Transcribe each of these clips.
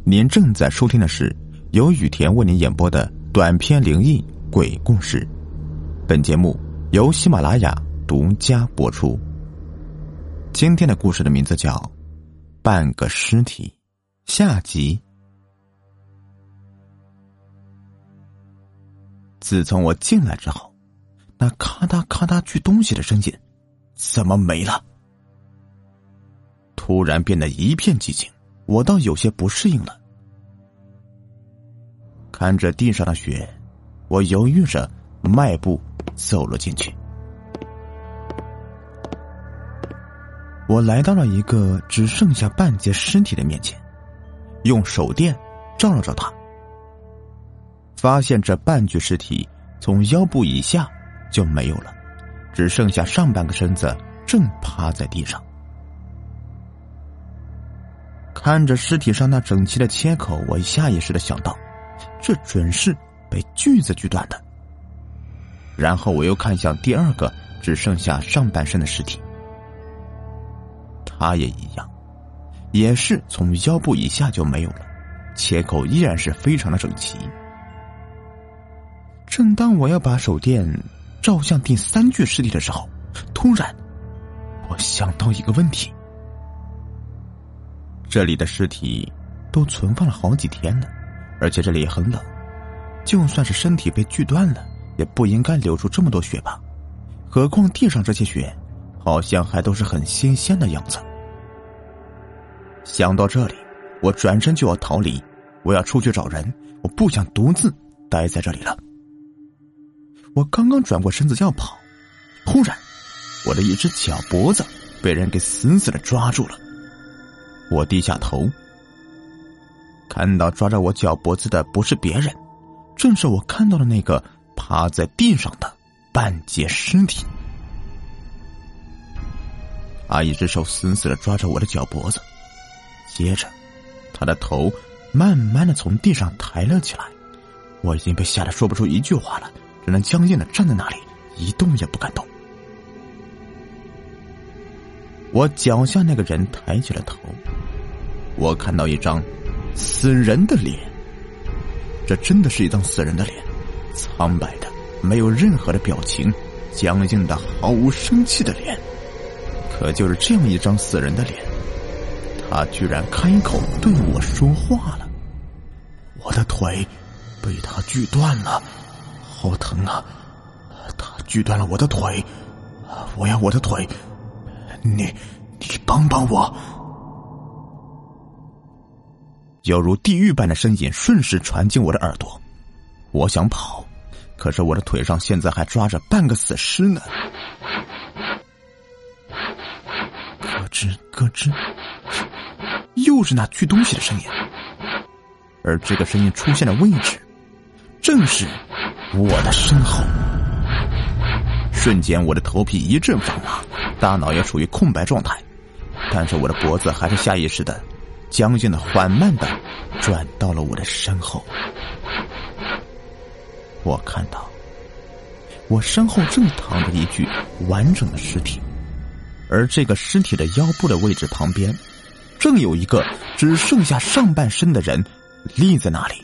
您正在收听的是由雨田为您演播的短篇灵异鬼故事，本节目由喜马拉雅独家播出。今天的故事的名字叫《半个尸体》下集。自从我进来之后，那咔嗒咔嗒锯东西的声音怎么没了？突然变得一片寂静，我倒有些不适应了。看着地上的雪，我犹豫着迈步走了进去。我来到了一个只剩下半截尸体的面前，用手电照了照它，发现这半具尸体从腰部以下就没有了，只剩下上半个身子正趴在地上。看着尸体上那整齐的切口，我下意识地想到，这准是被锯子锯断的。然后我又看向第二个只剩下上半身的尸体，他也一样，也是从腰部以下就没有了，切口依然是非常的整齐。正当我要把手电照向第三具尸体的时候，突然我想到一个问题，这里的尸体都存放了好几天了，而且这里也很冷，就算是身体被锯断了，也不应该流出这么多血吧？何况地上这些血好像还都是很新鲜的样子。想到这里，我转身就要逃离，我要出去找人，我不想独自待在这里了。我刚刚转过身子要跑，忽然我的一只脚脖子被人给死死地抓住了。我低下头，看到抓着我脚脖子的不是别人，正是我看到的那个趴在地上的半截尸体。他一只手死死地抓着我的脚脖子，接着他的头慢慢地从地上抬了起来。我已经被吓得说不出一句话了，只能僵硬地站在那里，一动也不敢动。我脚下那个人抬起了头，我看到一张死人的脸，这真的是一张死人的脸，苍白的，没有任何的表情，僵硬的，毫无生气的脸。可就是这样一张死人的脸，他居然开口对我说话了。我的腿被他锯断了，好疼啊！他锯断了我的腿，我要我的腿，你帮帮我！犹如地狱般的声音瞬时传进我的耳朵。我想跑，可是我的腿上现在还抓着半个死尸呢。咯吱咯吱，又是那锯东西的声音，而这个声音出现的位置正是我的身后。瞬间我的头皮一阵发麻，大脑也处于空白状态，但是我的脖子还是下意识的僵硬的缓慢的转到了我的身后。我看到我身后正躺着一具完整的尸体，而这个尸体的腰部的位置旁边正有一个只剩下上半身的人立在那里。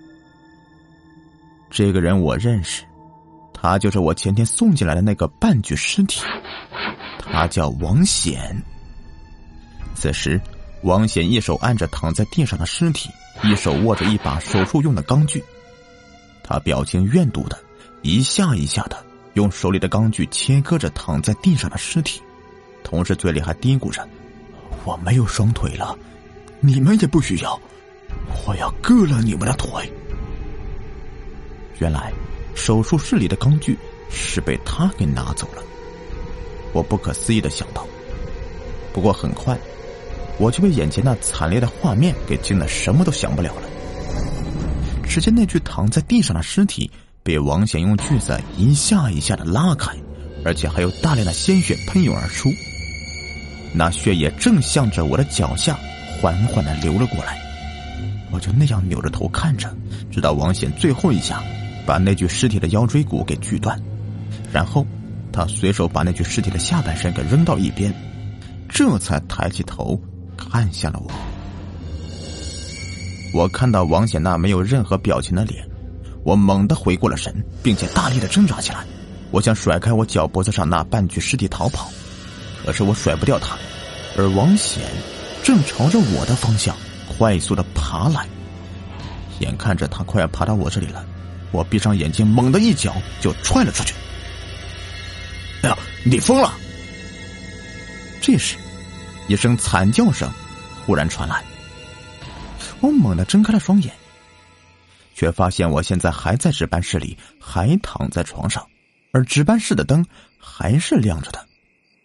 这个人我认识，他就是我前天送进来的那个半具尸体，他叫王显。此时王显一手按着躺在地上的尸体，一手握着一把手术用的钢锯，他表情怨毒的一下一下的用手里的钢锯切割着躺在地上的尸体，同时嘴里还嘀咕着，我没有双腿了，你们也不需要，我要割了你们的腿。原来手术室里的钢锯是被他给拿走了，我不可思议的想到。不过很快我就被眼前那惨烈的画面给惊得什么都想不了了。只见那具躺在地上的尸体被王显用锯子一下一下的拉开，而且还有大量的鲜血喷涌而出，那血液正向着我的脚下缓缓地流了过来。我就那样扭着头看着，直到王显最后一下把那具尸体的腰椎骨给锯断，然后他随手把那具尸体的下半身给扔到一边，这才抬起头看向了我。 我看到王显那没有任何表情的脸，我猛地回过了神，并且大力的挣扎起来。我想甩开我脚脖子上那半具尸体逃跑，可是我甩不掉他，而王显正朝着我的方向快速的爬来。眼看着他快要爬到我这里了，我闭上眼睛，猛地一脚就踹了出去。哎呀，你疯了！这时一声惨叫声忽然传来，我猛地睁开了双眼，却发现我现在还在值班室里，还躺在床上，而值班室的灯还是亮着的。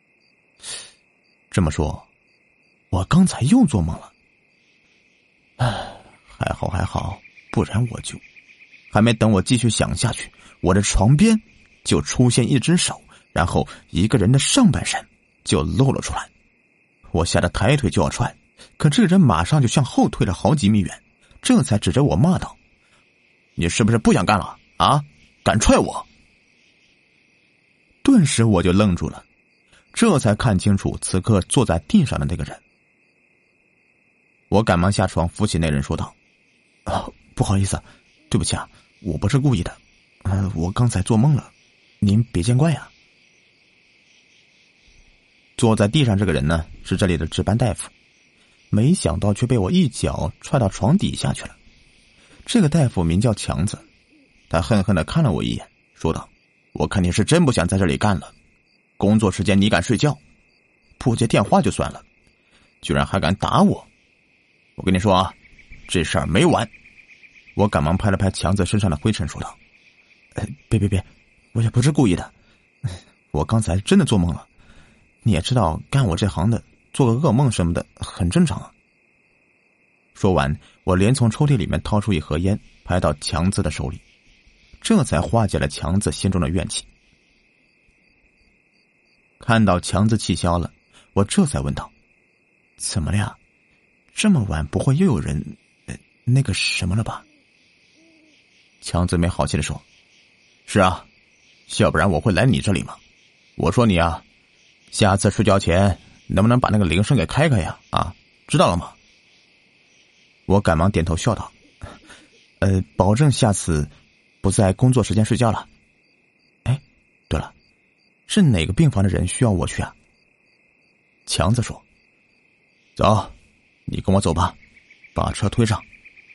这么说，我刚才又做梦了。还好，不然我就……还没等我继续想下去，我的床边就出现一只手，然后一个人的上半身就露了出来。我吓得抬腿就要踹，可这个人马上就向后退了好几米远，这才指着我骂道：“你是不是不想干了啊？敢踹我！”顿时我就愣住了，这才看清楚此刻坐在地上的那个人。我赶忙下床扶起那人说道：“不好意思，对不起啊，我不是故意的，我刚才做梦了，您别见怪啊。”坐在地上这个人呢，是这里的值班大夫，没想到却被我一脚踹到床底下去了。这个大夫名叫强子，他恨恨地看了我一眼，说道：“我看你是真不想在这里干了，工作时间你敢睡觉，不接电话就算了，居然还敢打我！我跟你说啊，这事儿没完！”我赶忙拍了拍强子身上的灰尘，说道：“别，我也不是故意的，我刚才真的做梦了。你也知道，干我这行的，做个噩梦什么的很正常啊。”说完，我连从抽屉里面掏出一盒烟，拍到强子的手里，这才化解了强子心中的怨气。看到强子气消了，我这才问道：“怎么了呀？这么晚不会又有人那个什么了吧？”强子没好气的说：“是啊，要不然我会来你这里吗？我说你啊，下次睡觉前能不能把那个铃声给开开呀？啊，知道了吗？”我赶忙点头笑道：“保证下次不在工作时间睡觉了。哎，对了，是哪个病房的人需要我去啊？”强子说：“走，你跟我走吧，把车推上。”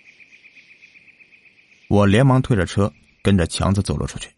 我连忙推着车跟着强子走了出去。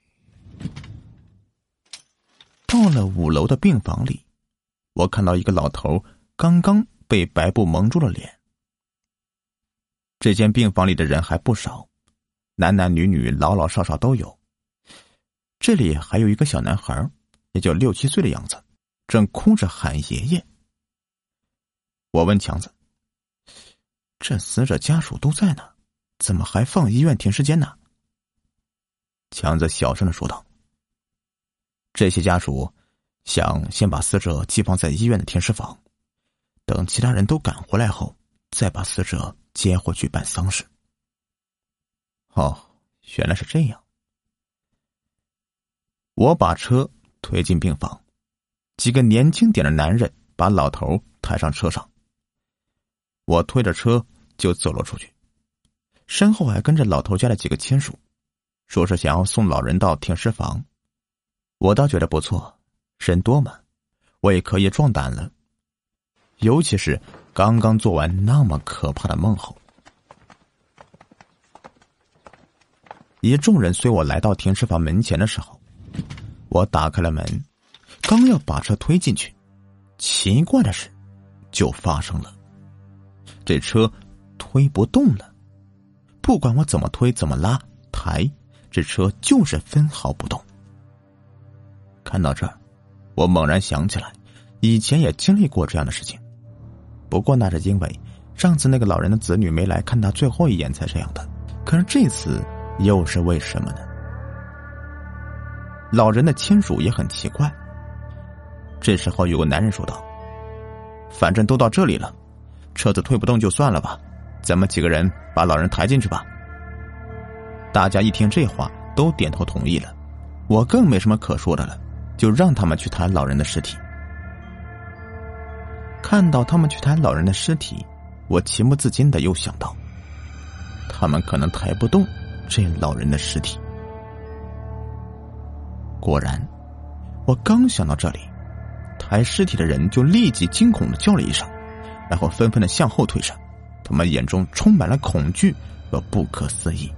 到了5楼的病房里，我看到一个老头刚刚被白布蒙住了脸。这间病房里的人还不少，男男女女老老少少都有。这里还有一个小男孩，也就6、7岁的样子，正哭着喊爷爷。我问强子：“这死者家属都在呢，怎么还放医院停尸间呢？”强子小声的说道：“这些家属想先把死者寄放在医院的停尸房，等其他人都赶回来后，再把死者接回去办丧事。”哦，原来是这样。我把车推进病房，几个年轻点的男人把老头抬上车上，我推着车就走了出去，身后还跟着老头家的几个亲属，说是想要送老人到停尸房。我倒觉得不错，人多嘛，我也可以壮胆了，尤其是刚刚做完那么可怕的梦后。一众人随我来到停尸房门前的时候，我打开了门，刚要把车推进去，奇怪的事就发生了，这车推不动了，不管我怎么推怎么拉抬，这车就是分毫不动。看到这儿，我猛然想起来，以前也经历过这样的事情，不过那是因为上次那个老人的子女没来看他最后一眼才这样的，可是这次又是为什么呢？老人的亲属也很奇怪。这时候有个男人说道：“反正都到这里了，车子推不动就算了吧，咱们几个人把老人抬进去吧。”大家一听这话都点头同意了，我更没什么可说的了，就让他们去抬老人的尸体。看到他们去抬老人的尸体，我情不自禁的又想到， 他们可能抬不动这老人的尸体。果然，我刚想到这里，抬尸体的人就立即惊恐地叫了一声，然后纷纷地向后退着，他们眼中充满了恐惧和不可思议。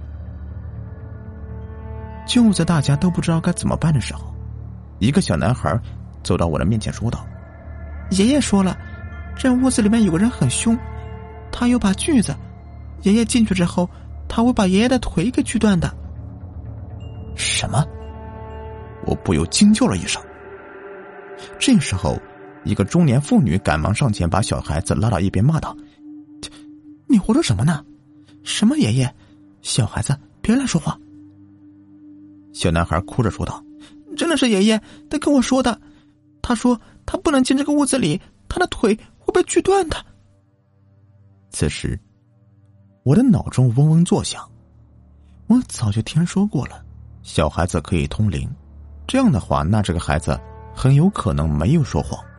就在大家都不知道该怎么办的时候，一个小男孩走到我的面前说道：“ 爷爷说了，这屋子里面有个人很凶，他有把锯子，爷爷进去之后，他会把爷爷的腿给锯断的。” 什么？我不由惊叫了一声。这时候，一个中年妇女赶忙上前把小孩子拉到一边，骂道：“ 你胡说什么呢？什么爷爷？小孩子别乱说话。” 小男孩哭着说道：“ 真的是爷爷，他跟我说的。他说他不能进这个屋子里，他的腿会被锯断的。” 此时，我的脑中嗡嗡作响。我早就听说过了，小孩子可以通灵，这样的话，那这个孩子很有可能没有说谎。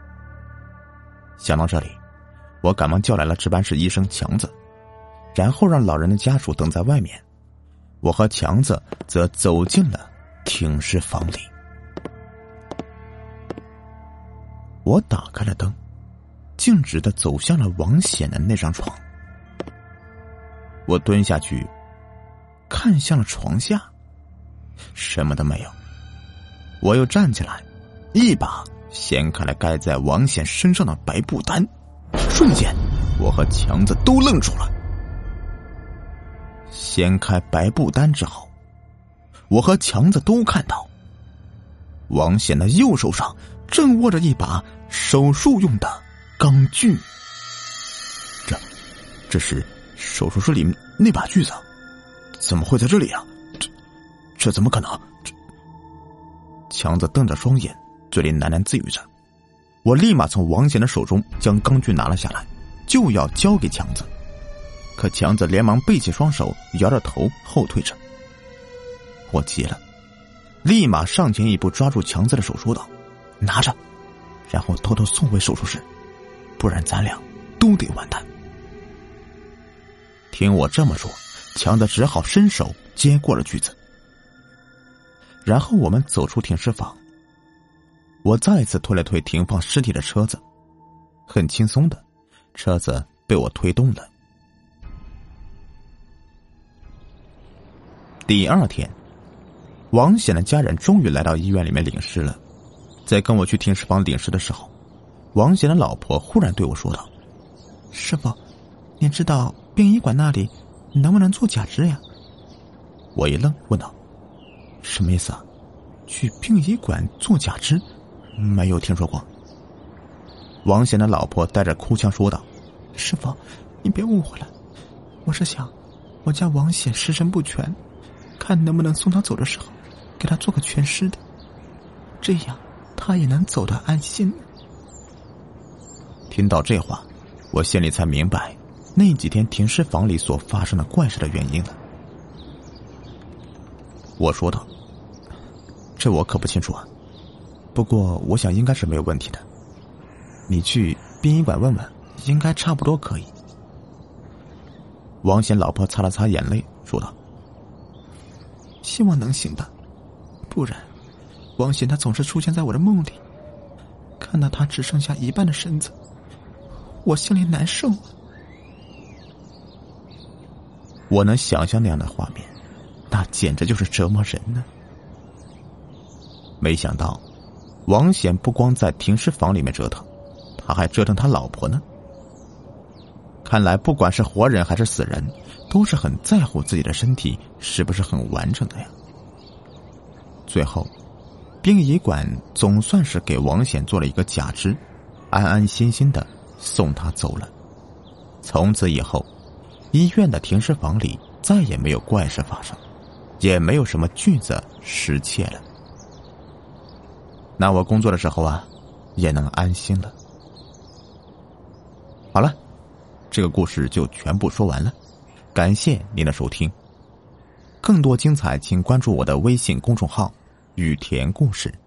想到这里，我赶忙叫来了值班室医生强子，然后让老人的家属等在外面。我和强子则走进了停尸房里。我打开了灯，径直地走向了王显的那张床。我蹲下去，看向了床下，什么都没有。我又站起来，一把掀开了盖在王显身上的白布单，瞬间，我和强子都愣住了。掀开白布单之后，我和强子都看到，王显的右手上正握着一把手术用的钢锯。这是手术室里那把锯子，怎么会在这里啊？这怎么可能？强子瞪着双眼，嘴里喃喃自语着。我立马从王显的手中将钢锯拿了下来，就要交给强子。可强子连忙背起双手，摇着头后退着。我急了，立马上前一步抓住强子的手说道：“拿着，然后偷偷送回手术室，不然咱俩都得完蛋。”听我这么说，强子只好伸手接过了锯子。然后我们走出停尸房，我再次推了推停放尸体的车子，很轻松的，车子被我推动了。第二天，王显的家人终于来到医院里面领尸了。在跟我去停尸房领尸的时候，王显的老婆忽然对我说道：“ 师傅，你知道殡仪馆那里能不能做假肢呀？” 我一愣，问道：“什么意思啊？去殡仪馆做假肢？没有听说过。”王显的老婆带着哭腔说道：“ 师傅，你别误会了，我是想，我家王显尸身不全，看能不能送他走的时候给他做个全尸的，这样他也能走得安心。” 听到这话，我心里才明白那几天停尸房里所发生的怪事的原因了。我说道：“这我可不清楚啊，不过我想应该是没有问题的，你去殡仪馆问问，应该差不多可以。”王显老婆擦了擦眼泪说道：“ 希望能行吧，不然王显他总是出现在我的梦里，看到他只剩下一半的身子，我心里难受啊。” 我能想象那样的画面，那简直就是折磨人呢。没想到王显不光在停尸房里面折腾，他还折腾他老婆呢。看来不管是活人还是死人，都是很在乎自己的身体是不是很完整的呀。最后殡仪馆总算是给王显做了一个假肢，安安心心的送他走了。从此以后，医院的停尸房里再也没有怪事发生，也没有什么锯子失窃了。那我工作的时候啊，也能安心了。好了，这个故事就全部说完了，感谢您的收听。更多精彩请关注我的微信公众号雨田故事。